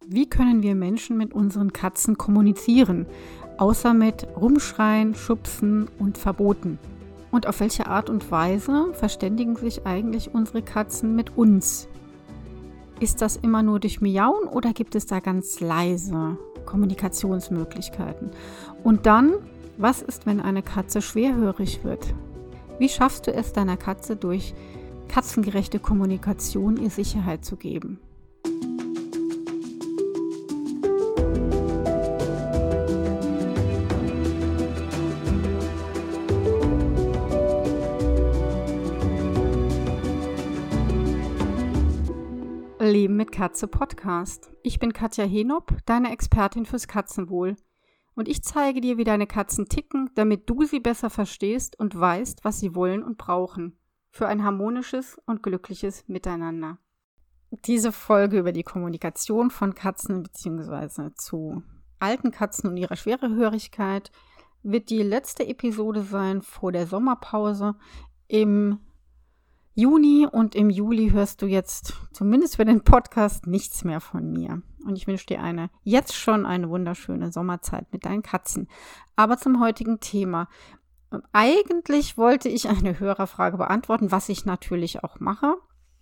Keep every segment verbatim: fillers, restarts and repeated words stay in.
Wie können wir Menschen mit unseren Katzen kommunizieren, außer mit Rumschreien, Schubsen und Verboten? Und auf welche Art und Weise verständigen sich eigentlich unsere Katzen mit uns? Ist das immer nur durch Miauen oder gibt es da ganz leise Kommunikationsmöglichkeiten? Und dann, was ist, wenn eine Katze schwerhörig wird? Wie schaffst du es deiner Katze durch katzengerechte Kommunikation ihr Sicherheit zu geben? Leben mit Katze Podcast. Ich bin Katja Henop, deine Expertin fürs Katzenwohl. Und ich zeige dir, wie deine Katzen ticken, damit du sie besser verstehst und weißt, was sie wollen und brauchen. Für ein harmonisches und glückliches Miteinander. Diese Folge über die Kommunikation von Katzen bzw. zu alten Katzen und ihrer Schwerhörigkeit wird die letzte Episode sein vor der Sommerpause. Im Juni und im Juli hörst du jetzt, zumindest für den Podcast, nichts mehr von mir. Und ich wünsche dir eine, jetzt schon eine wunderschöne Sommerzeit mit deinen Katzen. Aber zum heutigen Thema. Eigentlich wollte ich eine Hörerfrage beantworten, was ich natürlich auch mache.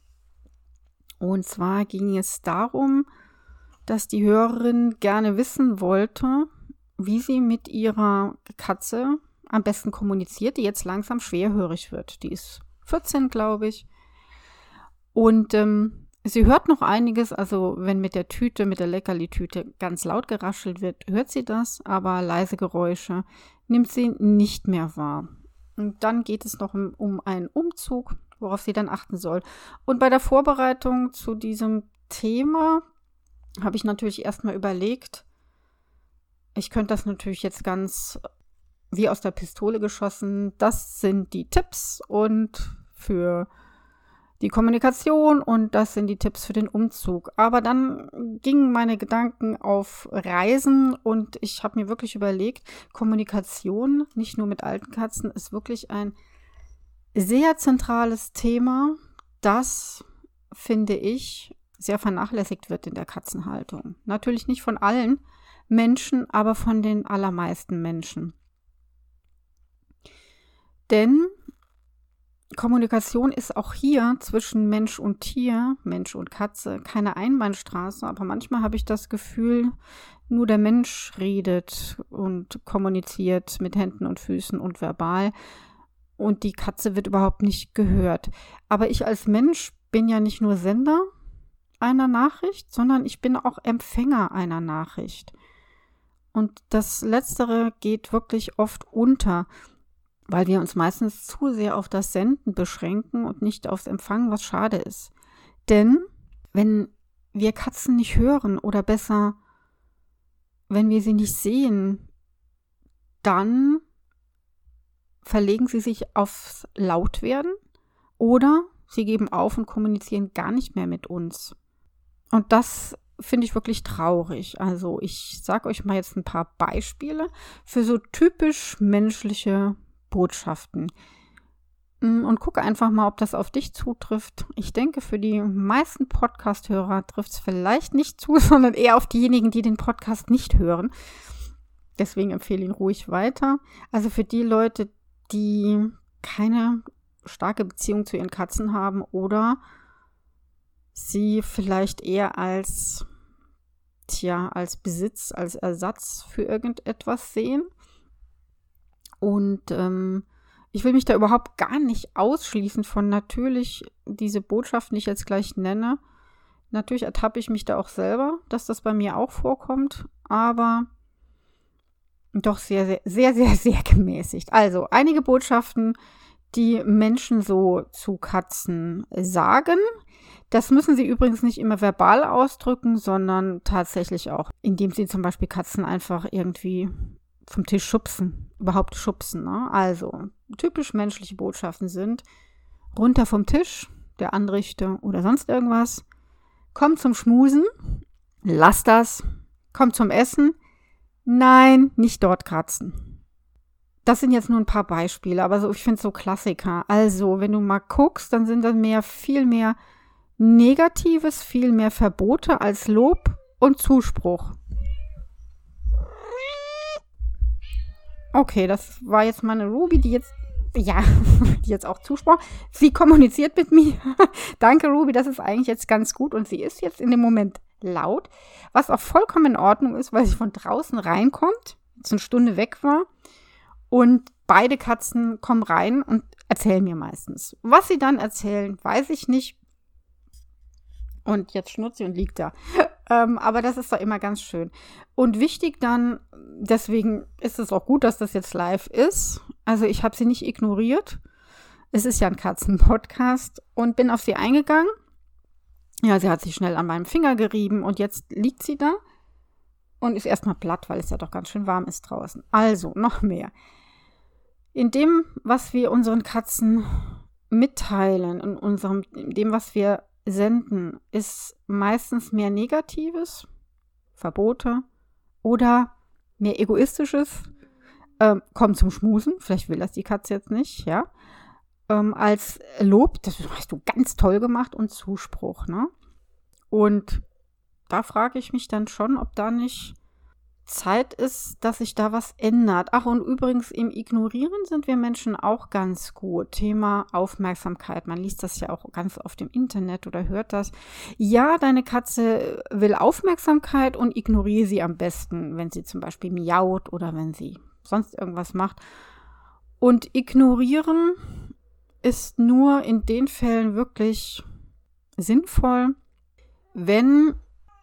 Und zwar ging es darum, dass die Hörerin gerne wissen wollte, wie sie mit ihrer Katze am besten kommuniziert, die jetzt langsam schwerhörig wird. Die ist vierzehn, glaube ich. Und ähm, sie hört noch einiges, also wenn mit der Tüte, mit der Leckerli-Tüte ganz laut geraschelt wird, hört sie das, aber leise Geräusche nimmt sie nicht mehr wahr. Und dann geht es noch um, um einen Umzug, worauf sie dann achten soll. Und bei der Vorbereitung zu diesem Thema habe ich natürlich erstmal überlegt, ich könnte das natürlich jetzt ganz wie aus der Pistole geschossen, das sind die Tipps und für die Kommunikation und das sind die Tipps für den Umzug. Aber dann gingen meine Gedanken auf Reisen und ich habe mir wirklich überlegt, Kommunikation, nicht nur mit alten Katzen, ist wirklich ein sehr zentrales Thema, das, finde ich, sehr vernachlässigt wird in der Katzenhaltung. Natürlich nicht von allen Menschen, aber von den allermeisten Menschen. Denn Kommunikation ist auch hier zwischen Mensch und Tier, Mensch und Katze, keine Einbahnstraße, aber manchmal habe ich das Gefühl, nur der Mensch redet und kommuniziert mit Händen und Füßen und verbal und die Katze wird überhaupt nicht gehört. Aber ich als Mensch bin ja nicht nur Sender einer Nachricht, sondern ich bin auch Empfänger einer Nachricht. Und das Letztere geht wirklich oft unter, weil wir uns meistens zu sehr auf das Senden beschränken und nicht aufs Empfangen, was schade ist. Denn wenn wir Katzen nicht hören oder besser, wenn wir sie nicht sehen, dann verlegen sie sich aufs Lautwerden oder sie geben auf und kommunizieren gar nicht mehr mit uns. Und das finde ich wirklich traurig. Also ich sage euch mal jetzt ein paar Beispiele für so typisch menschliche Botschaften. Und gucke einfach mal, ob das auf dich zutrifft. Ich denke, für die meisten Podcast-Hörer trifft es vielleicht nicht zu, sondern eher auf diejenigen, die den Podcast nicht hören. Deswegen empfehle ihn ruhig weiter. Also für die Leute, die keine starke Beziehung zu ihren Katzen haben oder sie vielleicht eher als, tja, als Besitz, als Ersatz für irgendetwas sehen. Und ähm, ich will mich da überhaupt gar nicht ausschließen von natürlich diese Botschaften, die ich jetzt gleich nenne. Natürlich ertappe ich mich da auch selber, dass das bei mir auch vorkommt, aber doch sehr, sehr, sehr, sehr, sehr gemäßigt. Also einige Botschaften, die Menschen so zu Katzen sagen. Das müssen sie übrigens nicht immer verbal ausdrücken, sondern tatsächlich auch, indem sie zum Beispiel Katzen einfach irgendwie vom Tisch schubsen, überhaupt schubsen. Ne? Also typisch menschliche Botschaften sind runter vom Tisch, der Anrichte oder sonst irgendwas. Komm zum Schmusen, lass das. Komm zum Essen, nein, nicht dort kratzen. Das sind jetzt nur ein paar Beispiele, aber so, ich finde so Klassiker. Also, wenn du mal guckst, dann sind das mehr, viel mehr Negatives, viel mehr Verbote als Lob und Zuspruch. Okay, das war jetzt meine Ruby, die jetzt, ja, die jetzt auch Zuspruch. Sie kommuniziert mit mir. Danke, Ruby, das ist eigentlich jetzt ganz gut. Und sie ist jetzt in dem Moment laut, was auch vollkommen in Ordnung ist, weil sie von draußen reinkommt, jetzt eine Stunde weg war. Und beide Katzen kommen rein und erzählen mir meistens. Was sie dann erzählen, weiß ich nicht. Und jetzt schnurrt sie und liegt da. Ähm, aber das ist doch immer ganz schön. Und wichtig dann, deswegen ist es auch gut, dass das jetzt live ist. Also ich habe sie nicht ignoriert. Es ist ja ein Katzenpodcast und bin auf sie eingegangen. Ja, sie hat sich schnell an meinem Finger gerieben und jetzt liegt sie da und ist erstmal platt, weil es ja doch ganz schön warm ist draußen. Also, noch mehr. In dem, was wir unseren Katzen mitteilen, in unserem, in dem, was wir senden, ist meistens mehr Negatives, Verbote oder mehr Egoistisches. Ähm, komm zum Schmusen, vielleicht will das die Katze jetzt nicht, ja. Ähm, als Lob, das hast du ganz toll gemacht und Zuspruch, ne? Und da frage ich mich dann schon, ob da nicht Zeit ist, dass sich da was ändert. Ach, und übrigens im Ignorieren sind wir Menschen auch ganz gut. Thema Aufmerksamkeit. Man liest das ja auch ganz oft im Internet oder hört das. Ja, deine Katze will Aufmerksamkeit und ignoriere sie am besten, wenn sie zum Beispiel miaut oder wenn sie sonst irgendwas macht. Und ignorieren ist nur in den Fällen wirklich sinnvoll, wenn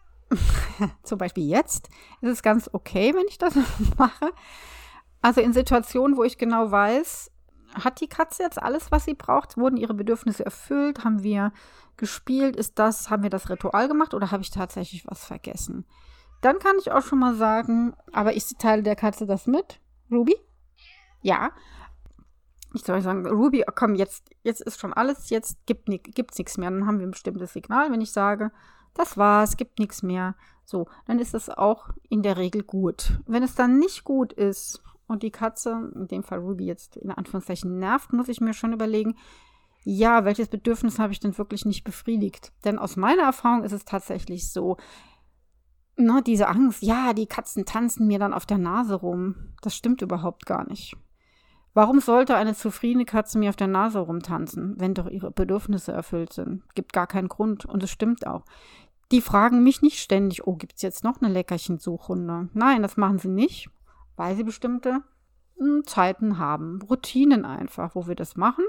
zum Beispiel jetzt ist es ganz okay, wenn ich das mache. Also in Situationen, wo ich genau weiß, hat die Katze jetzt alles, was sie braucht? Wurden ihre Bedürfnisse erfüllt? Haben wir gespielt? Ist das, haben wir das Ritual gemacht oder habe ich tatsächlich was vergessen? Dann kann ich auch schon mal sagen, aber ich teile der Katze das mit. Ruby? Ja. Ich soll sagen, Ruby, komm, jetzt, jetzt ist schon alles, jetzt gibt es nichts mehr. Dann haben wir ein bestimmtes Signal, wenn ich sage, das war's, gibt nichts mehr. So, dann ist es auch in der Regel gut. Wenn es dann nicht gut ist und die Katze, in dem Fall Ruby jetzt in Anführungszeichen nervt, muss ich mir schon überlegen, ja, welches Bedürfnis habe ich denn wirklich nicht befriedigt? Denn aus meiner Erfahrung ist es tatsächlich so, na, diese Angst, ja, die Katzen tanzen mir dann auf der Nase rum. Das stimmt überhaupt gar nicht. Warum sollte eine zufriedene Katze mir auf der Nase rumtanzen, wenn doch ihre Bedürfnisse erfüllt sind? Gibt gar keinen Grund und es stimmt auch. Die fragen mich nicht ständig, oh, gibt es jetzt noch eine Leckerchensuchrunde? Nein, das machen sie nicht, weil sie bestimmte mh, Zeiten haben, Routinen einfach, wo wir das machen.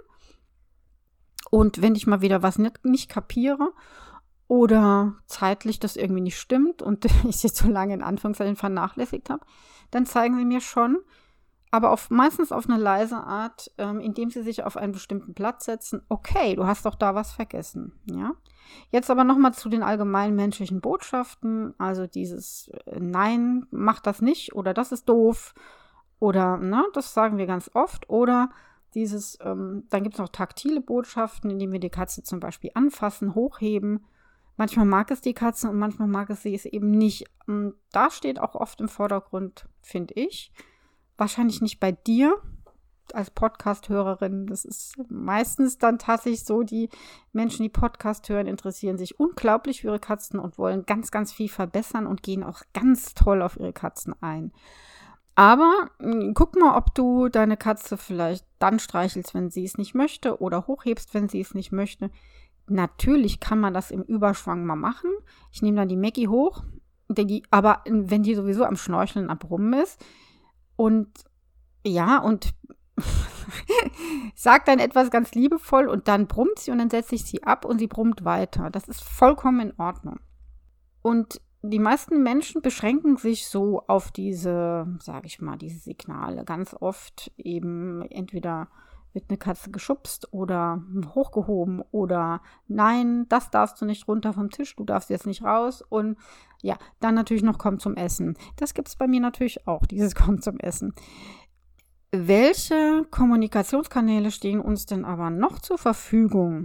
Und wenn ich mal wieder was nicht, nicht kapiere oder zeitlich das irgendwie nicht stimmt und ich es jetzt so lange in Anführungszeichen vernachlässigt habe, dann zeigen sie mir schon, aber auf, meistens auf eine leise Art, ähm, indem sie sich auf einen bestimmten Platz setzen. Okay, du hast doch da was vergessen, ja. Jetzt aber nochmal zu den allgemeinen menschlichen Botschaften, also dieses äh, Nein, mach das nicht oder das ist doof oder, ne, das sagen wir ganz oft. Oder dieses, ähm, dann gibt es noch taktile Botschaften, indem wir die Katze zum Beispiel anfassen, hochheben. Manchmal mag es die Katze und manchmal mag es sie es eben nicht. Und da steht auch oft im Vordergrund, finde ich, wahrscheinlich nicht bei dir als Podcast-Hörerin. Das ist meistens dann tatsächlich so, die Menschen, die Podcast hören, interessieren sich unglaublich für ihre Katzen und wollen ganz, ganz viel verbessern und gehen auch ganz toll auf ihre Katzen ein. Aber mh, guck mal, ob du deine Katze vielleicht dann streichelst, wenn sie es nicht möchte oder hochhebst, wenn sie es nicht möchte. Natürlich kann man das im Überschwang mal machen. Ich nehme dann die Maggie hoch, die, aber wenn die sowieso am Schnorcheln, am Brummen ist, und ja, und sagt dann etwas ganz liebevoll und dann brummt sie und dann setze ich sie ab und sie brummt weiter. Das ist vollkommen in Ordnung. Und die meisten Menschen beschränken sich so auf diese, sage ich mal, diese Signale. Ganz oft eben entweder wird eine Katze geschubst oder hochgehoben oder nein, das darfst du nicht runter vom Tisch, du darfst jetzt nicht raus und ja, dann natürlich noch komm zum Essen. Das gibt es bei mir natürlich auch, dieses komm zum Essen. Welche Kommunikationskanäle stehen uns denn aber noch zur Verfügung?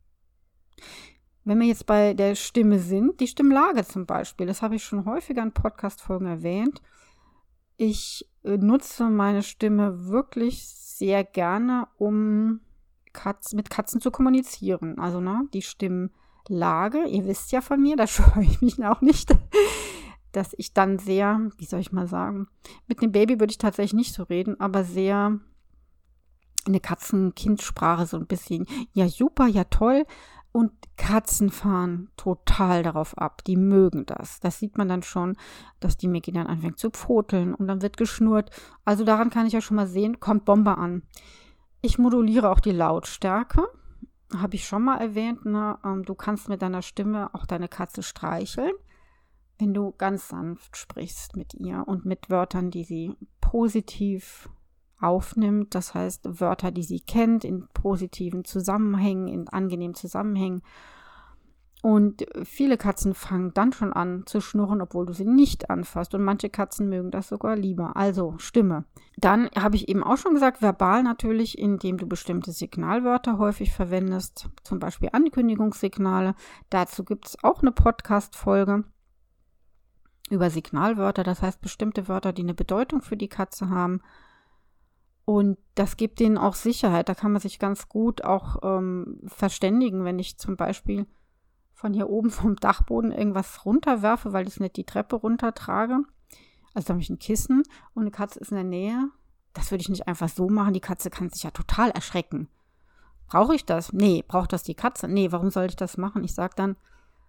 Wenn wir jetzt bei der Stimme sind, die Stimmlage zum Beispiel, das habe ich schon häufiger in Podcast-Folgen erwähnt. Ich nutze meine Stimme wirklich sehr gerne, um Katz, mit Katzen zu kommunizieren. Also ne, die Stimmlage Lage. Ihr wisst ja von mir, da scheue ich mich auch nicht, dass ich dann sehr, wie soll ich mal sagen, mit dem Baby würde ich tatsächlich nicht so reden, aber sehr eine Katzen-Kind-Sprache so ein bisschen, ja super, ja toll. Und Katzen fahren total darauf ab. Die mögen das. Das sieht man dann schon, dass die Maggie dann anfängt zu pfoteln und dann wird geschnurrt. Also daran kann ich ja schon mal sehen, kommt Bombe an. Ich moduliere auch die Lautstärke. Habe ich schon mal erwähnt, ne? Ähm, du kannst mit deiner Stimme auch deine Katze streicheln, wenn du ganz sanft sprichst mit ihr und mit Wörtern, die sie positiv aufnimmt. Das heißt, Wörter, die sie kennt, in positiven Zusammenhängen, in angenehmen Zusammenhängen. Und viele Katzen fangen dann schon an zu schnurren, obwohl du sie nicht anfasst. Und manche Katzen mögen das sogar lieber. Also Stimme. Dann habe ich eben auch schon gesagt, verbal natürlich, indem du bestimmte Signalwörter häufig verwendest. Zum Beispiel Ankündigungssignale. Dazu gibt es auch eine Podcast-Folge über Signalwörter. Das heißt, bestimmte Wörter, die eine Bedeutung für die Katze haben. Und das gibt denen auch Sicherheit. Da kann man sich ganz gut auch ähm, verständigen, wenn ich zum Beispiel von hier oben vom Dachboden irgendwas runterwerfe, weil ich es nicht die Treppe runtertrage. Also da habe ich ein Kissen und eine Katze ist in der Nähe. Das würde ich nicht einfach so machen. Die Katze kann sich ja total erschrecken. Brauche ich das? Nee. Braucht das die Katze? Nee, warum soll ich das machen? Ich sage dann,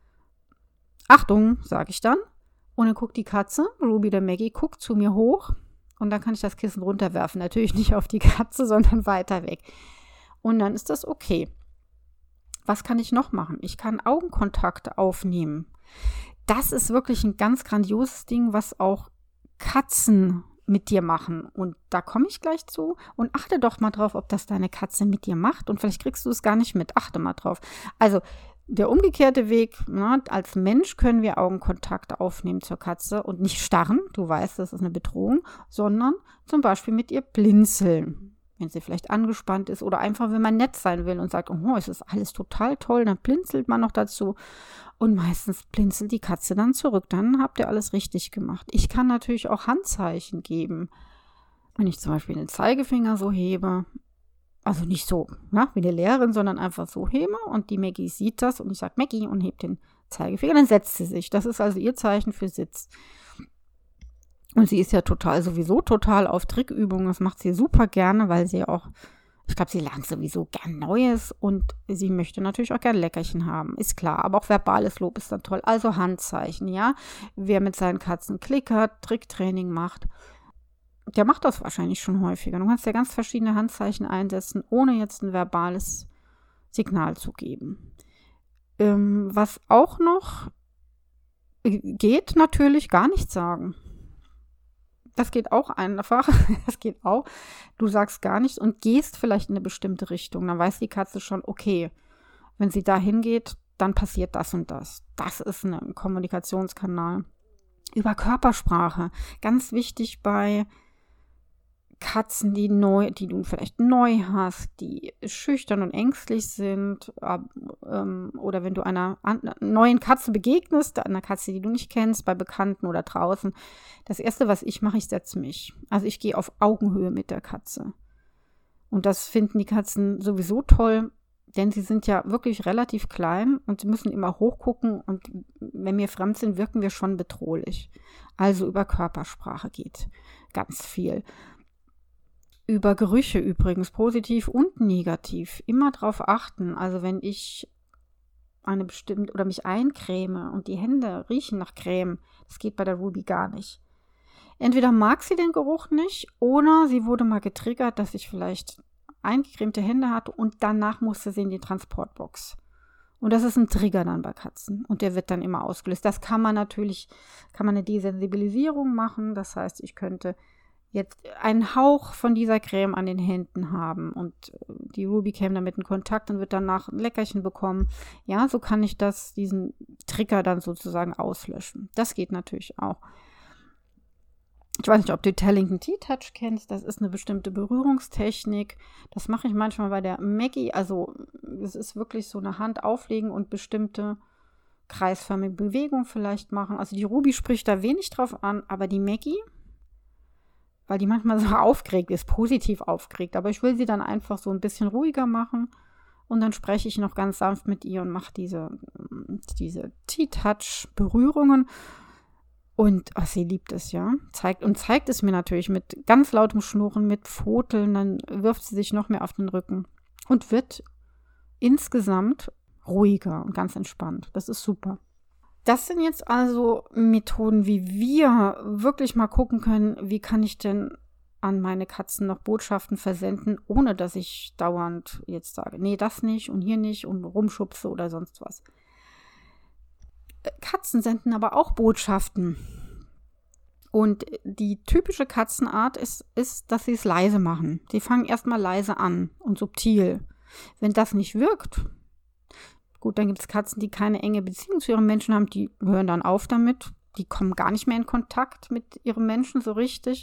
Achtung, sage ich dann. Und dann guckt die Katze, Ruby der Maggie, guckt zu mir hoch. Und dann kann ich das Kissen runterwerfen. Natürlich nicht auf die Katze, sondern weiter weg. Und dann ist das okay. Was kann ich noch machen? Ich kann Augenkontakte aufnehmen. Das ist wirklich ein ganz grandioses Ding, was auch Katzen mit dir machen. Und da komme ich gleich zu. Und achte doch mal drauf, ob das deine Katze mit dir macht. Und vielleicht kriegst du es gar nicht mit. Achte mal drauf. Also der umgekehrte Weg, na, als Mensch können wir Augenkontakte aufnehmen zur Katze und nicht starren, du weißt, das ist eine Bedrohung, sondern zum Beispiel mit ihr blinzeln, wenn sie vielleicht angespannt ist oder einfach, wenn man nett sein will und sagt, oh, es ist alles total toll, dann blinzelt man noch dazu und meistens blinzelt die Katze dann zurück, dann habt ihr alles richtig gemacht. Ich kann natürlich auch Handzeichen geben, wenn ich zum Beispiel den Zeigefinger so hebe. Also nicht so, ja, wie eine Lehrerin, sondern einfach so hebe und die Maggie sieht das und ich sage Maggie und hebt den Zeigefinger, dann setzt sie sich. Das ist also ihr Zeichen für Sitz. Und sie ist ja total, sowieso total auf Trickübungen. Das macht sie super gerne, weil sie auch, ich glaube, sie lernt sowieso gern Neues und sie möchte natürlich auch gern Leckerchen haben. Ist klar, aber auch verbales Lob ist dann toll. Also Handzeichen, ja. Wer mit seinen Katzen klickert, Tricktraining macht, der macht das wahrscheinlich schon häufiger. Du kannst ja ganz verschiedene Handzeichen einsetzen, ohne jetzt ein verbales Signal zu geben. Ähm, was auch noch geht, natürlich gar nichts sagen. Das geht auch einfach. Das geht auch. Du sagst gar nichts und gehst vielleicht in eine bestimmte Richtung. Dann weiß die Katze schon, okay, wenn sie da hingeht, dann passiert das und das. Das ist ein Kommunikationskanal. Über Körpersprache. Ganz wichtig bei Katzen, die neu, die du vielleicht neu hast, die schüchtern und ängstlich sind, äh, ähm, oder wenn du einer an, neuen Katze begegnest, einer Katze, die du nicht kennst, bei Bekannten oder draußen, das Erste, was ich mache, ich setze mich. Also ich gehe auf Augenhöhe mit der Katze. Und das finden die Katzen sowieso toll, denn sie sind ja wirklich relativ klein und sie müssen immer hochgucken und wenn wir fremd sind, wirken wir schon bedrohlich. Also über Körpersprache geht ganz viel. Über Gerüche übrigens, positiv und negativ. Immer drauf achten. Also wenn ich eine bestimmte oder mich eincreme und die Hände riechen nach Creme, das geht bei der Ruby gar nicht. Entweder mag sie den Geruch nicht oder sie wurde mal getriggert, dass ich vielleicht eingecremte Hände hatte und danach musste sie in die Transportbox. Und das ist ein Trigger dann bei Katzen und der wird dann immer ausgelöst. Das kann man natürlich, kann man eine Desensibilisierung machen. Das heißt, ich könnte jetzt einen Hauch von dieser Creme an den Händen haben und die Ruby käme damit in Kontakt und wird danach ein Leckerchen bekommen. Ja, so kann ich das, diesen Trigger dann sozusagen auslöschen. Das geht natürlich auch. Ich weiß nicht, ob du Tellington T-Touch kennst. Das ist eine bestimmte Berührungstechnik. Das mache ich manchmal bei der Maggie. Also es ist wirklich so eine Hand auflegen und bestimmte kreisförmige Bewegungen vielleicht machen. Also die Ruby spricht da wenig drauf an, aber die Maggie, weil die manchmal so aufgeregt ist, positiv aufgeregt. Aber ich will sie dann einfach so ein bisschen ruhiger machen Und dann spreche ich noch ganz sanft mit ihr und mache diese, diese T-Touch-Berührungen. Und ach, sie liebt es, ja. Zeigt, und zeigt es mir natürlich mit ganz lautem Schnurren, mit Pfoteln. Dann wirft sie sich noch mehr auf den Rücken und wird insgesamt ruhiger und ganz entspannt. Das ist super. Das sind jetzt also Methoden, wie wir wirklich mal gucken können, wie kann ich denn an meine Katzen noch Botschaften versenden, ohne dass ich dauernd jetzt sage, nee, das nicht und hier nicht und rumschubse oder sonst was. Katzen senden aber auch Botschaften. Und die typische Katzenart ist, ist, dass sie es leise machen. Sie fangen erstmal leise an und subtil. Wenn das nicht wirkt, gut, dann gibt es Katzen, die keine enge Beziehung zu ihren Menschen haben, die hören dann auf damit. Die kommen gar nicht mehr in Kontakt mit ihrem Menschen so richtig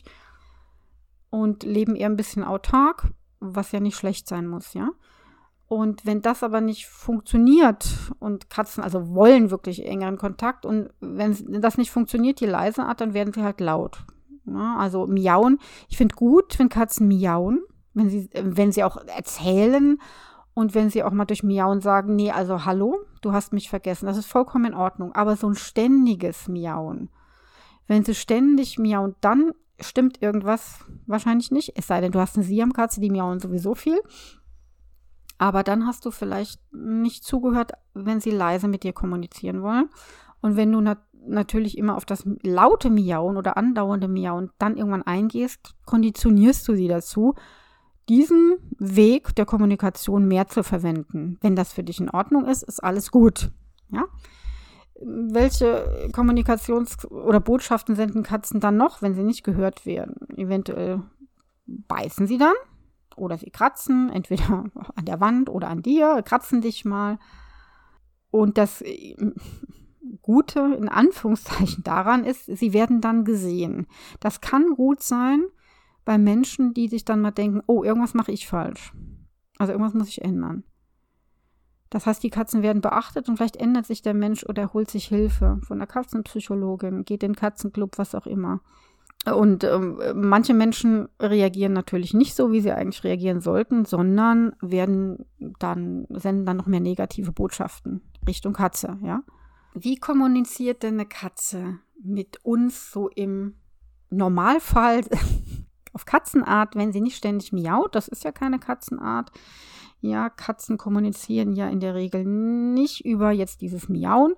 und leben eher ein bisschen autark, was ja nicht schlecht sein muss, ja. Und wenn das aber nicht funktioniert und Katzen also wollen wirklich engeren Kontakt und wenn das nicht funktioniert, die leise Art, dann werden sie halt laut. Ja, also miauen. Ich finde gut, wenn Katzen miauen, wenn sie, wenn sie auch erzählen und wenn sie auch mal durch Miauen sagen, nee, also hallo, du hast mich vergessen. Das ist vollkommen in Ordnung. Aber so ein ständiges Miauen, wenn sie ständig miauen, dann stimmt irgendwas wahrscheinlich nicht. Es sei denn, du hast eine Siamkatze, die miauen sowieso viel. Aber dann hast du vielleicht nicht zugehört, wenn sie leise mit dir kommunizieren wollen. Und wenn du nat- natürlich immer auf das laute Miauen oder andauernde Miauen dann irgendwann eingehst, konditionierst du sie dazu, diesen Weg der Kommunikation mehr zu verwenden. Wenn das für dich in Ordnung ist, ist alles gut. Ja? Welche Kommunikations- oder Botschaften senden Katzen dann noch, wenn sie nicht gehört werden? Eventuell beißen sie dann. Oder sie kratzen, entweder an der Wand oder an dir, kratzen dich mal. Und das Gute, in Anführungszeichen, daran ist, sie werden dann gesehen. Das kann gut sein bei Menschen, die sich dann mal denken, oh, irgendwas mache ich falsch. Also irgendwas muss ich ändern. Das heißt, die Katzen werden beachtet und vielleicht ändert sich der Mensch oder er holt sich Hilfe von der Katzenpsychologin, geht in den Katzenclub, was auch immer. Und ähm, manche Menschen reagieren natürlich nicht so, wie sie eigentlich reagieren sollten, sondern werden dann, senden dann noch mehr negative Botschaften Richtung Katze, ja. Wie kommuniziert denn eine Katze mit uns so im Normalfall auf Katzenart, wenn sie nicht ständig miaut? Das ist ja keine Katzenart. Ja, Katzen kommunizieren ja in der Regel nicht über jetzt dieses Miauen.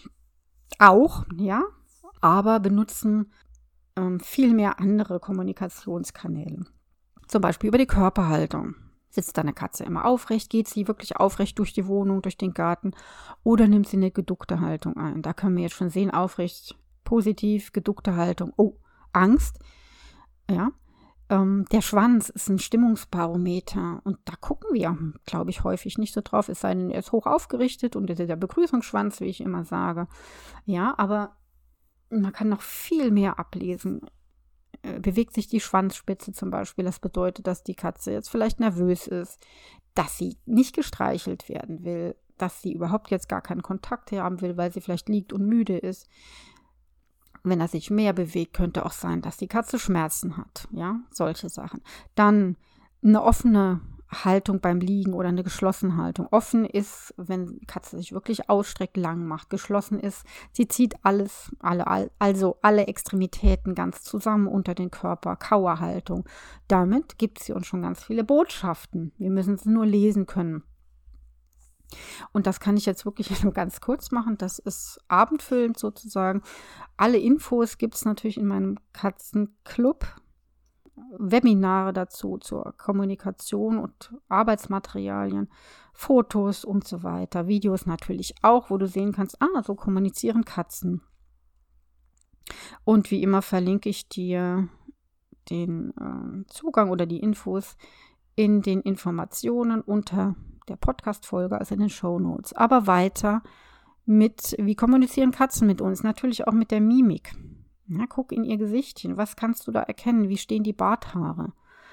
Auch, ja, aber benutzen viel mehr andere Kommunikationskanäle. Zum Beispiel über die Körperhaltung. Sitzt da eine Katze immer aufrecht? Geht sie wirklich aufrecht durch die Wohnung, durch den Garten? Oder nimmt sie eine geduckte Haltung ein? Da können wir jetzt schon sehen, aufrecht, positiv, geduckte Haltung. Oh, Angst. Ja. Ähm, der Schwanz ist ein Stimmungsbarometer. Und da gucken wir, glaube ich, häufig nicht so drauf. Es sei denn, er ist hoch aufgerichtet und der Begrüßungsschwanz, wie ich immer sage. Ja, aber man kann noch viel mehr ablesen. Äh, bewegt sich die Schwanzspitze zum Beispiel. Das bedeutet, dass die Katze jetzt vielleicht nervös ist, dass sie nicht gestreichelt werden will, dass sie überhaupt jetzt gar keinen Kontakt haben will, weil sie vielleicht liegt und müde ist. Wenn er sich mehr bewegt, könnte auch sein, dass die Katze Schmerzen hat. Ja, solche Sachen. Dann eine offene Haltung beim Liegen oder eine geschlossene Haltung. Offen ist, wenn die Katze sich wirklich ausstreckt, lang macht. Geschlossen ist, sie zieht alles, alle, also alle Extremitäten ganz zusammen unter den Körper. Kauerhaltung. Damit gibt sie uns schon ganz viele Botschaften. Wir müssen es nur lesen können. Und das kann ich jetzt wirklich nur ganz kurz machen. Das ist abendfüllend sozusagen. Alle Infos gibt es natürlich in meinem Katzenclub. Webinare dazu zur Kommunikation und Arbeitsmaterialien, Fotos und so weiter, Videos natürlich auch, wo du sehen kannst, ah, so kommunizieren Katzen. Und wie immer verlinke ich dir den äh, Zugang oder die Infos in den Informationen unter der Podcast-Folge, also in den Shownotes. Aber weiter mit, wie kommunizieren Katzen mit uns? Natürlich auch mit der Mimik. Ja, guck in ihr Gesichtchen. Was kannst du da erkennen? Wie stehen die Barthaare?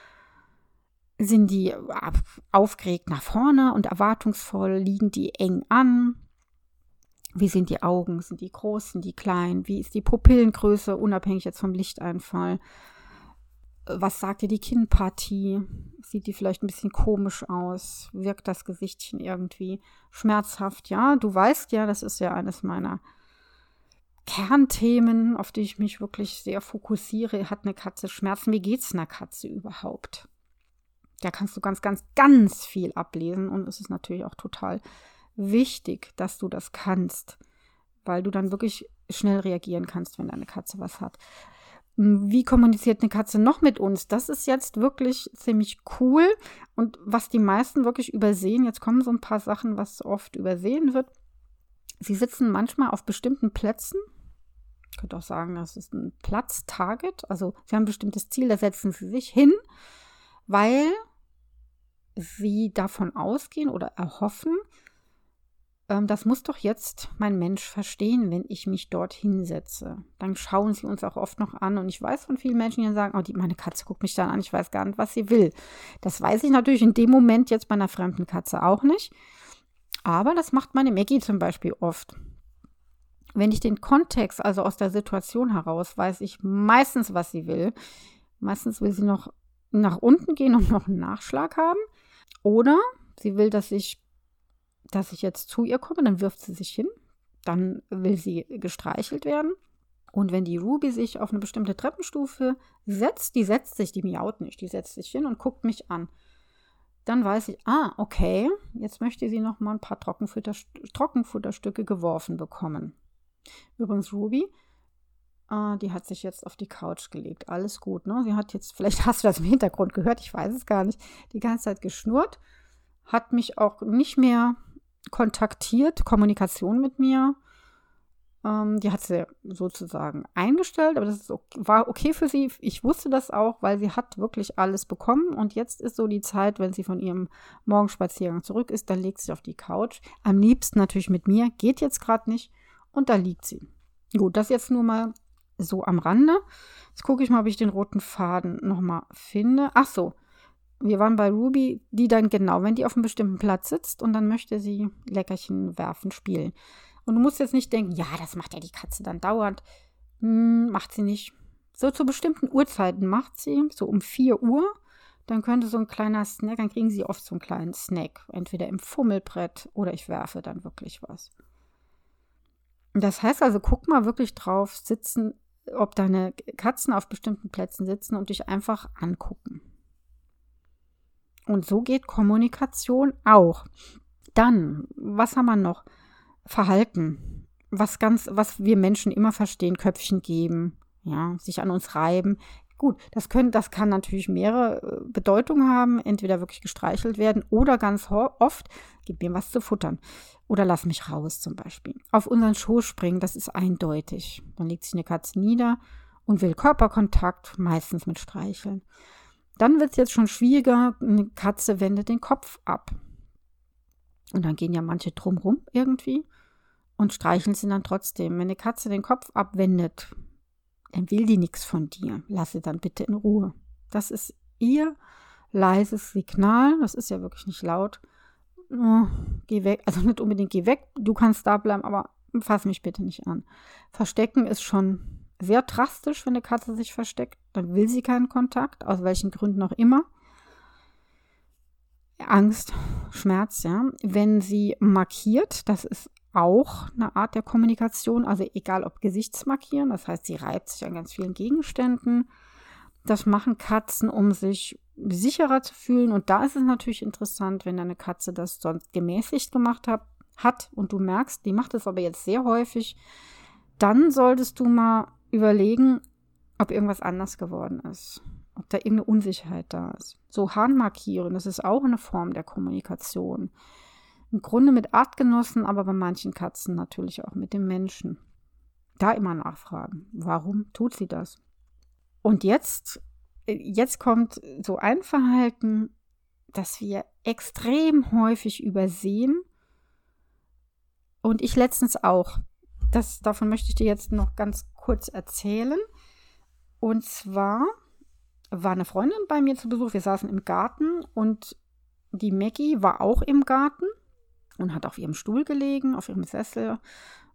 Sind die aufgeregt nach vorne und erwartungsvoll? Liegen die eng an? Wie sind die Augen? Sind die groß? Sind die klein? Wie ist die Pupillengröße, unabhängig jetzt vom Lichteinfall? Was sagt dir die Kinnpartie? Sieht die vielleicht ein bisschen komisch aus? Wirkt das Gesichtchen irgendwie schmerzhaft? Ja, du weißt ja, das ist ja eines meiner Kernthemen, auf die ich mich wirklich sehr fokussiere. Hat eine Katze Schmerzen? Wie geht's einer Katze überhaupt? Da kannst du ganz, ganz, ganz viel ablesen und es ist natürlich auch total wichtig, dass du das kannst, weil du dann wirklich schnell reagieren kannst, wenn deine Katze was hat. Wie kommuniziert eine Katze noch mit uns? Das ist jetzt wirklich ziemlich cool und was die meisten wirklich übersehen, jetzt kommen so ein paar Sachen, was oft übersehen wird. Sie sitzen manchmal auf bestimmten Plätzen. Ich könnte auch sagen, das ist ein Platz-Target. Also sie haben ein bestimmtes Ziel, da setzen sie sich hin, weil sie davon ausgehen oder erhoffen, ähm, das muss doch jetzt mein Mensch verstehen, wenn ich mich dort hinsetze. Dann schauen sie uns auch oft noch an. Und ich weiß von vielen Menschen, die sagen, oh, die, meine Katze guckt mich dann an, ich weiß gar nicht, was sie will. Das weiß ich natürlich in dem Moment jetzt bei einer fremden Katze auch nicht. Aber das macht meine Maggie zum Beispiel oft. Wenn ich den Kontext, also aus der Situation heraus, weiß ich meistens, was sie will. Meistens will sie noch nach unten gehen und noch einen Nachschlag haben. Oder sie will, dass ich, dass ich jetzt zu ihr komme, dann wirft sie sich hin. Dann will sie gestreichelt werden. Und wenn die Ruby sich auf eine bestimmte Treppenstufe setzt, die setzt sich, die miaut nicht, die setzt sich hin und guckt mich an. Dann weiß ich, ah, okay, jetzt möchte sie noch mal ein paar Trockenfutter, Trockenfutterstücke geworfen bekommen. Übrigens, Ruby, äh, die hat sich jetzt auf die Couch gelegt. Alles gut, ne? Sie hat jetzt, vielleicht hast du das im Hintergrund gehört, ich weiß es gar nicht, die ganze Zeit geschnurrt, hat mich auch nicht mehr kontaktiert, Kommunikation mit mir. Ähm, die hat sie sozusagen eingestellt, aber das ist okay, war okay für sie. Ich wusste das auch, weil sie hat wirklich alles bekommen. Und jetzt ist so die Zeit, wenn sie von ihrem Morgenspaziergang zurück ist, dann legt sie sich auf die Couch. Am liebsten natürlich mit mir, geht jetzt gerade nicht. Und da liegt sie. Gut, das jetzt nur mal so am Rande. Jetzt gucke ich mal, ob ich den roten Faden nochmal finde. Ach so, wir waren bei Ruby, die dann genau, wenn die auf einem bestimmten Platz sitzt und dann möchte sie Leckerchen werfen, spielen. Und du musst jetzt nicht denken, ja, das macht ja die Katze dann dauernd. Hm, macht sie nicht. So zu bestimmten Uhrzeiten macht sie, so um vier Uhr. Dann könnte so ein kleiner Snack, dann kriegen sie oft so einen kleinen Snack. Entweder im Fummelbrett oder ich werfe dann wirklich was. Das heißt also, guck mal wirklich drauf, sitzen, ob deine Katzen auf bestimmten Plätzen sitzen und dich einfach angucken. Und so geht Kommunikation auch. Dann, was haben wir noch? Verhalten. Was ganz, was wir Menschen immer verstehen, Köpfchen geben, ja, sich an uns reiben. Gut, das können, das kann natürlich mehrere Bedeutungen haben. Entweder wirklich gestreichelt werden oder ganz oft, gib mir was zu futtern. Oder lass mich raus zum Beispiel. Auf unseren Schoß springen, das ist eindeutig. Dann legt sich eine Katze nieder und will Körperkontakt, meistens mit Streicheln. Dann wird es jetzt schon schwieriger, eine Katze wendet den Kopf ab. Und dann gehen ja manche drumrum irgendwie und streicheln sie dann trotzdem. Wenn eine Katze den Kopf abwendet, dann will die nichts von dir. Lass sie dann bitte in Ruhe. Das ist ihr leises Signal. Das ist ja wirklich nicht laut. Oh, geh weg. Also nicht unbedingt geh weg. Du kannst da bleiben, aber fass mich bitte nicht an. Verstecken ist schon sehr drastisch, wenn eine Katze sich versteckt. Dann will sie keinen Kontakt, aus welchen Gründen auch immer. Angst, Schmerz, ja. Wenn sie markiert, das ist auch eine Art der Kommunikation, also egal ob Gesichtsmarkieren, das heißt, sie reibt sich an ganz vielen Gegenständen. Das machen Katzen, um sich sicherer zu fühlen. Und da ist es natürlich interessant, wenn deine Katze das sonst gemäßigt gemacht hat, hat und du merkst, die macht es aber jetzt sehr häufig, dann solltest du mal überlegen, ob irgendwas anders geworden ist. Ob da irgendeine Unsicherheit da ist. So Hahn markieren, das ist auch eine Form der Kommunikation. Im Grunde mit Artgenossen, aber bei manchen Katzen natürlich auch mit dem Menschen. Da immer nachfragen, warum tut sie das? Und jetzt, jetzt kommt so ein Verhalten, das wir extrem häufig übersehen. Und ich letztens auch. Das, davon möchte ich dir jetzt noch ganz kurz erzählen. Und zwar war eine Freundin bei mir zu Besuch. Wir saßen im Garten und die Maggie war auch im Garten und hat auf ihrem Stuhl gelegen, auf ihrem Sessel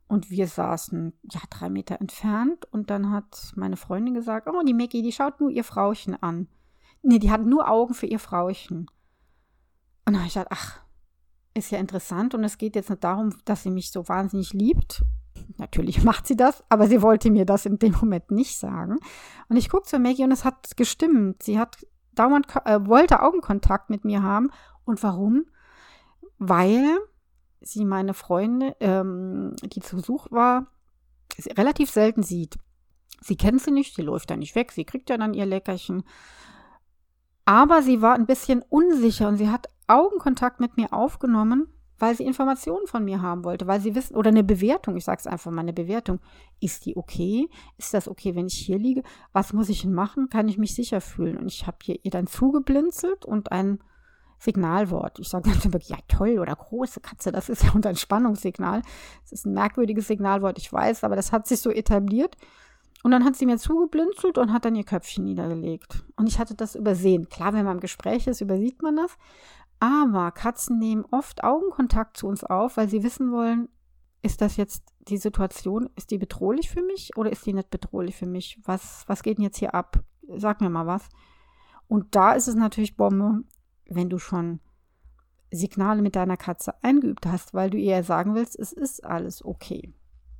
Und wir saßen ja drei Meter entfernt und dann hat meine Freundin gesagt, oh, die Maggie, die schaut nur ihr Frauchen an. Nee, die hat nur Augen für ihr Frauchen. Und dann habe ich gedacht, ach, ist ja interessant und es geht jetzt nicht darum, dass sie mich so wahnsinnig liebt. Natürlich macht sie das, aber sie wollte mir das in dem Moment nicht sagen. Und ich gucke zu Maggie und es hat gestimmt. Sie hat dauernd, äh, wollte Augenkontakt mit mir haben. Und warum? Weil sie meine Freundin, ähm, die zu Besuch war, relativ selten sieht. Sie kennt sie nicht, sie läuft da nicht weg, sie kriegt ja dann ihr Leckerchen. Aber sie war ein bisschen unsicher und sie hat Augenkontakt mit mir aufgenommen, weil sie Informationen von mir haben wollte, weil sie wissen, oder eine Bewertung, ich sage es einfach mal, eine Bewertung. Ist die okay? Ist das okay, wenn ich hier liege? Was muss ich denn machen? Kann ich mich sicher fühlen? Und ich habe ihr, ihr dann zugeblinzelt und ein Signalwort. Ich sage dann wirklich, ja toll oder große Katze, das ist ja unter Entspannungssignal. Das ist ein merkwürdiges Signalwort, ich weiß, aber das hat sich so etabliert. Und dann hat sie mir zugeblinzelt und hat dann ihr Köpfchen niedergelegt. Und ich hatte das übersehen. Klar, wenn man im Gespräch ist, übersieht man das. Aber Katzen nehmen oft Augenkontakt zu uns auf, weil sie wissen wollen, ist das jetzt die Situation, ist die bedrohlich für mich oder ist die nicht bedrohlich für mich? Was, was geht denn jetzt hier ab? Sag mir mal was. Und da ist es natürlich Bombe, wenn du schon Signale mit deiner Katze eingeübt hast, weil du ihr sagen willst, es ist alles okay.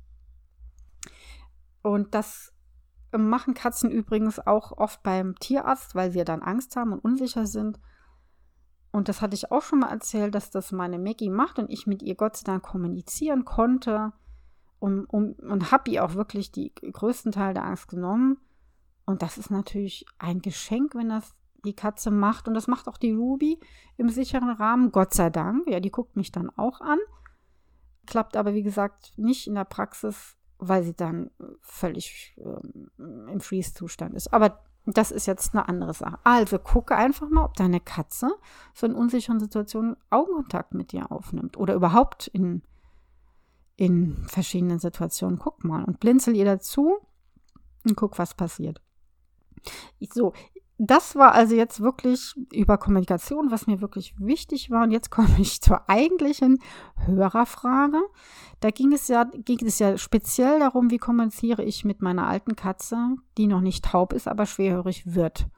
Und das machen Katzen übrigens auch oft beim Tierarzt, weil sie ja dann Angst haben und unsicher sind. Und das hatte ich auch schon mal erzählt, dass das meine Maggie macht und ich mit ihr Gott sei Dank kommunizieren konnte um, um, und habe ihr auch wirklich die größten Teil der Angst genommen. Und das ist natürlich ein Geschenk, wenn das die Katze macht. Und das macht auch die Ruby im sicheren Rahmen, Gott sei Dank. Ja, die guckt mich dann auch an. Klappt aber, wie gesagt, nicht in der Praxis, weil sie dann völlig ähm, im Freeze-Zustand ist. Aber das ist jetzt eine andere Sache. Also gucke einfach mal, ob deine Katze so in unsicheren Situationen Augenkontakt mit dir aufnimmt. Oder überhaupt in, in verschiedenen Situationen. Guck mal und blinzel ihr dazu und guck, was passiert. So, das war also jetzt wirklich über Kommunikation, was mir wirklich wichtig war. Und jetzt komme ich zur eigentlichen Hörerfrage. Da ging es ja, ging es ja speziell darum, wie kommuniziere ich mit meiner alten Katze, die noch nicht taub ist, aber schwerhörig wird.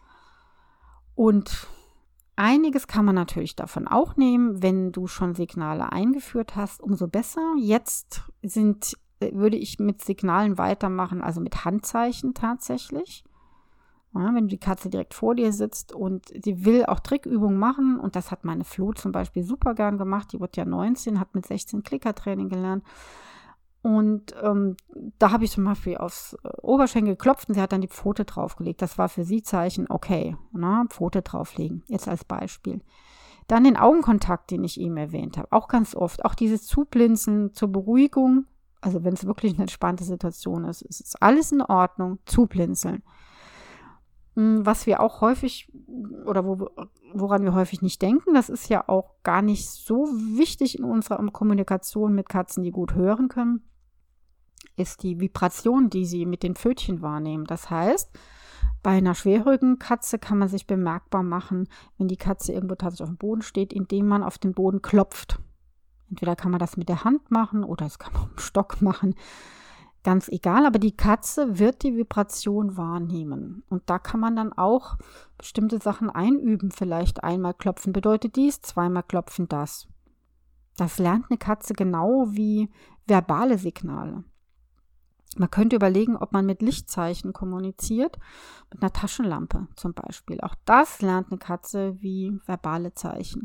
Und einiges kann man natürlich davon auch nehmen, wenn du schon Signale eingeführt hast, umso besser. Jetzt sind, würde ich mit Signalen weitermachen, also mit Handzeichen tatsächlich. Ja, wenn die Katze direkt vor dir sitzt und sie will auch Trickübungen machen, und das hat meine Flo zum Beispiel super gern gemacht, die wird ja neunzehn, hat mit sechzehn Klickertraining gelernt und ähm, da habe ich zum Beispiel aufs Oberschenkel geklopft und sie hat dann die Pfote draufgelegt. Das war für sie Zeichen, okay, na, Pfote drauflegen, jetzt als Beispiel. Dann den Augenkontakt, den ich eben erwähnt habe, auch ganz oft, auch dieses Zublinzeln zur Beruhigung, also wenn es wirklich eine entspannte Situation ist, ist es alles in Ordnung, zublinzeln. Was wir auch häufig oder wo, woran wir häufig nicht denken, das ist ja auch gar nicht so wichtig in unserer Kommunikation mit Katzen, die gut hören können, ist die Vibration, die sie mit den Pfötchen wahrnehmen. Das heißt, bei einer schwerhörigen Katze kann man sich bemerkbar machen, wenn die Katze irgendwo tatsächlich auf dem Boden steht, indem man auf den Boden klopft. Entweder kann man das mit der Hand machen oder das kann man mit dem Stock machen. Ganz egal, aber die Katze wird die Vibration wahrnehmen. Und da kann man dann auch bestimmte Sachen einüben. Vielleicht einmal klopfen bedeutet dies, zweimal klopfen das. Das lernt eine Katze genau wie verbale Signale. Man könnte überlegen, ob man mit Lichtzeichen kommuniziert, mit einer Taschenlampe zum Beispiel. Auch das lernt eine Katze wie verbale Zeichen.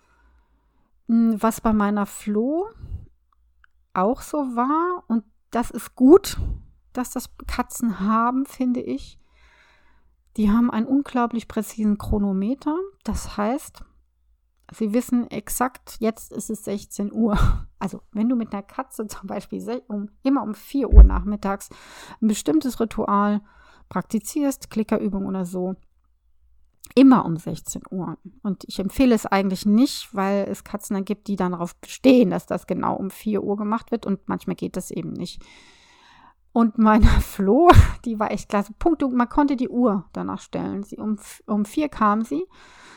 Was bei meiner Flo auch so war, und das ist gut, dass das Katzen haben, finde ich. Die haben einen unglaublich präzisen Chronometer. Das heißt, sie wissen exakt, jetzt ist es sechzehn Uhr. Also wenn du mit einer Katze zum Beispiel um, immer um vier Uhr nachmittags ein bestimmtes Ritual praktizierst, Klickerübung oder so, immer um sechzehn Uhr. Und ich empfehle es eigentlich nicht, weil es Katzen dann gibt, die dann darauf bestehen, dass das genau um vier Uhr gemacht wird. Und manchmal geht das eben nicht. Und meine Flo, die war echt klasse. Punkt, man konnte die Uhr danach stellen. Sie um, um vier kam sie.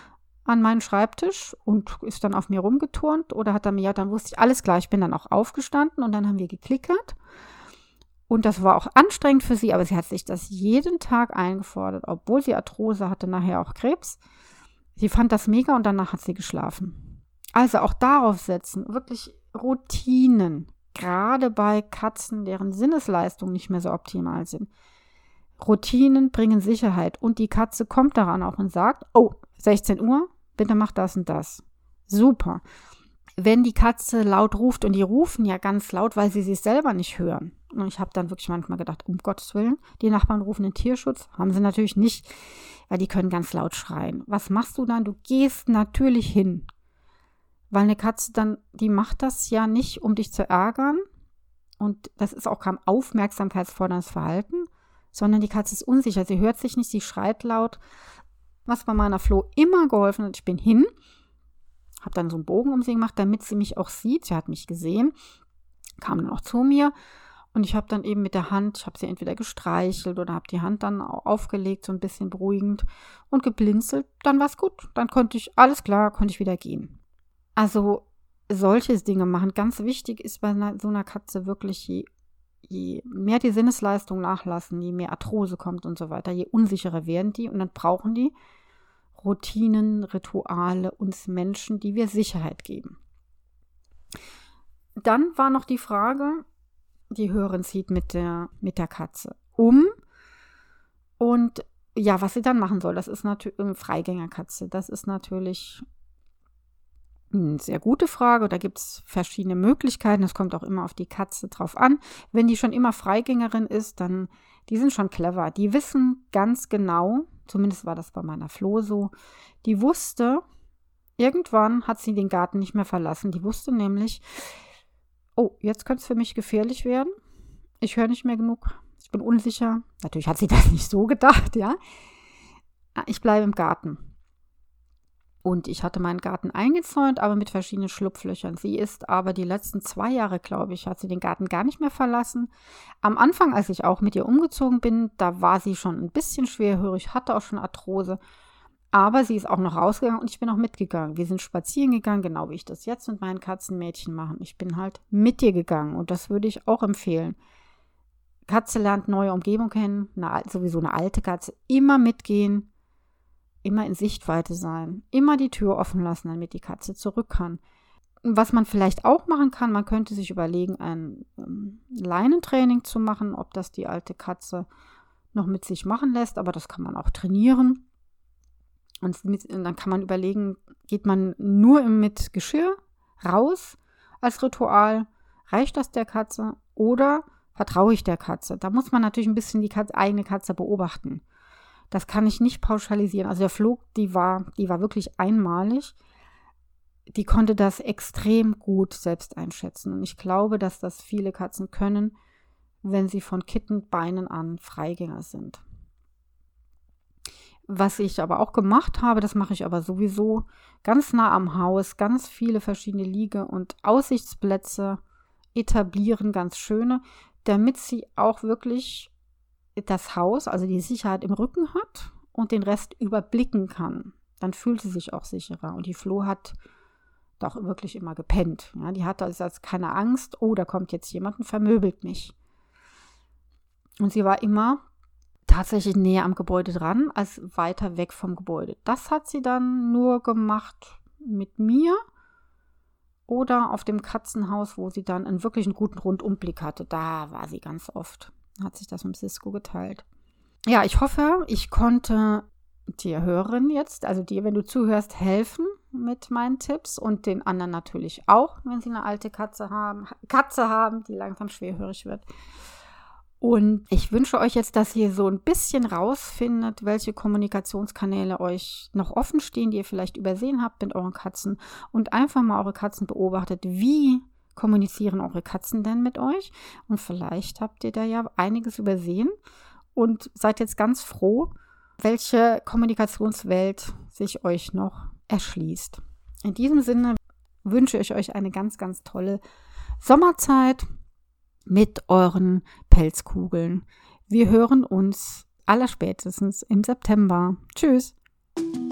an meinen Schreibtisch und ist dann auf mir rumgeturnt oder hat dann mir, ja, dann wusste ich, alles klar, ich bin dann auch aufgestanden und dann haben wir geklickert. Und das war auch anstrengend für sie, aber sie hat sich das jeden Tag eingefordert, obwohl sie Arthrose hatte, nachher auch Krebs. Sie fand das mega und danach hat sie geschlafen. Also auch darauf setzen, wirklich Routinen, gerade bei Katzen, deren Sinnesleistungen nicht mehr so optimal sind. Routinen bringen Sicherheit und die Katze kommt daran auch und sagt, oh, sechzehn Uhr, bitte mach das und das. Super. Wenn die Katze laut ruft, und die rufen ja ganz laut, weil sie sich selber nicht hören. Und ich habe dann wirklich manchmal gedacht, um Gottes Willen, die Nachbarn rufen den Tierschutz. Haben sie natürlich nicht, weil die können ganz laut schreien. Was machst du dann? Du gehst natürlich hin. Weil eine Katze dann, die macht das ja nicht, um dich zu ärgern. Und das ist auch kein aufmerksamkeitsforderndes Verhalten, sondern die Katze ist unsicher. Sie hört sich nicht, sie schreit laut. Was bei meiner Flo immer geholfen hat, ich bin hin, habe dann so einen Bogen um sie gemacht, damit sie mich auch sieht. Sie hat mich gesehen, kam dann auch zu mir und ich habe dann eben mit der Hand, ich habe sie entweder gestreichelt oder habe die Hand dann aufgelegt, so ein bisschen beruhigend und geblinzelt. Dann war es gut. Dann konnte ich, alles klar, konnte ich wieder gehen. Also solche Dinge machen. Ganz wichtig ist bei einer, so einer Katze wirklich, je, je mehr die Sinnesleistung nachlassen, je mehr Arthrose kommt und so weiter, je unsicherer werden die und dann brauchen die Routinen, Rituale, uns Menschen, die wir Sicherheit geben. Dann war noch die Frage, die Hörerin zieht mit der, mit der Katze um und ja, was sie dann machen soll, das ist natürlich eine Freigängerkatze. Das ist natürlich eine sehr gute Frage. Da gibt es verschiedene Möglichkeiten. Das kommt auch immer auf die Katze drauf an. Wenn die schon immer Freigängerin ist, dann, die sind schon clever. Die wissen ganz genau, zumindest war das bei meiner Flo so, die wusste, irgendwann hat sie den Garten nicht mehr verlassen. Die wusste nämlich, oh, jetzt könnte es für mich gefährlich werden. Ich höre nicht mehr genug. Ich bin unsicher. Natürlich hat sie das nicht so gedacht, ja. Ich bleibe im Garten. Und ich hatte meinen Garten eingezäunt, aber mit verschiedenen Schlupflöchern. Sie ist aber die letzten zwei Jahre, glaube ich, hat sie den Garten gar nicht mehr verlassen. Am Anfang, als ich auch mit ihr umgezogen bin, da war sie schon ein bisschen schwerhörig, hatte auch schon Arthrose. Aber sie ist auch noch rausgegangen und ich bin auch mitgegangen. Wir sind spazieren gegangen, genau wie ich das jetzt mit meinen Katzenmädchen mache. Ich bin halt mit ihr gegangen und das würde ich auch empfehlen. Katze lernt neue Umgebung kennen, eine, sowieso eine alte Katze, immer mitgehen. Immer in Sichtweite sein, immer die Tür offen lassen, damit die Katze zurück kann. Was man vielleicht auch machen kann, man könnte sich überlegen, ein ähm, Leinentraining zu machen, ob das die alte Katze noch mit sich machen lässt, aber das kann man auch trainieren. Und, mit, und dann kann man überlegen, geht man nur mit Geschirr raus als Ritual, reicht das der Katze oder vertraue ich der Katze? Da muss man natürlich ein bisschen die Katze, eigene Katze beobachten. Das kann ich nicht pauschalisieren. Also der Flo, die war, die war wirklich einmalig. Die konnte das extrem gut selbst einschätzen. Und ich glaube, dass das viele Katzen können, wenn sie von Kittenbeinen an Freigänger sind. Was ich aber auch gemacht habe, das mache ich aber sowieso ganz nah am Haus, ganz viele verschiedene Liege- und Aussichtsplätze etablieren, ganz schöne, damit sie auch wirklich das Haus, also die Sicherheit im Rücken hat und den Rest überblicken kann. Dann fühlt sie sich auch sicherer. Und die Flo hat doch wirklich immer gepennt. Ja, die hatte also keine Angst, oh, da kommt jetzt jemand und vermöbelt mich. Und sie war immer tatsächlich näher am Gebäude dran, als weiter weg vom Gebäude. Das hat sie dann nur gemacht mit mir oder auf dem Katzenhaus, wo sie dann einen wirklich einen guten Rundumblick hatte. Da war sie ganz oft. Hat sich das mit Cisco geteilt. Ja, ich hoffe, ich konnte dir Hörerin jetzt, also dir, wenn du zuhörst, helfen mit meinen Tipps und den anderen natürlich auch, wenn sie eine alte Katze haben, Katze haben, die langsam schwerhörig wird. Und ich wünsche euch jetzt, dass ihr so ein bisschen rausfindet, welche Kommunikationskanäle euch noch offen stehen, die ihr vielleicht übersehen habt mit euren Katzen und einfach mal eure Katzen beobachtet, wie kommunizieren eure Katzen denn mit euch? Und vielleicht habt ihr da ja einiges übersehen und seid jetzt ganz froh, welche Kommunikationswelt sich euch noch erschließt. In diesem Sinne wünsche ich euch eine ganz, ganz tolle Sommerzeit mit euren Pelzkugeln. Wir hören uns allerspätestens im September. Tschüss!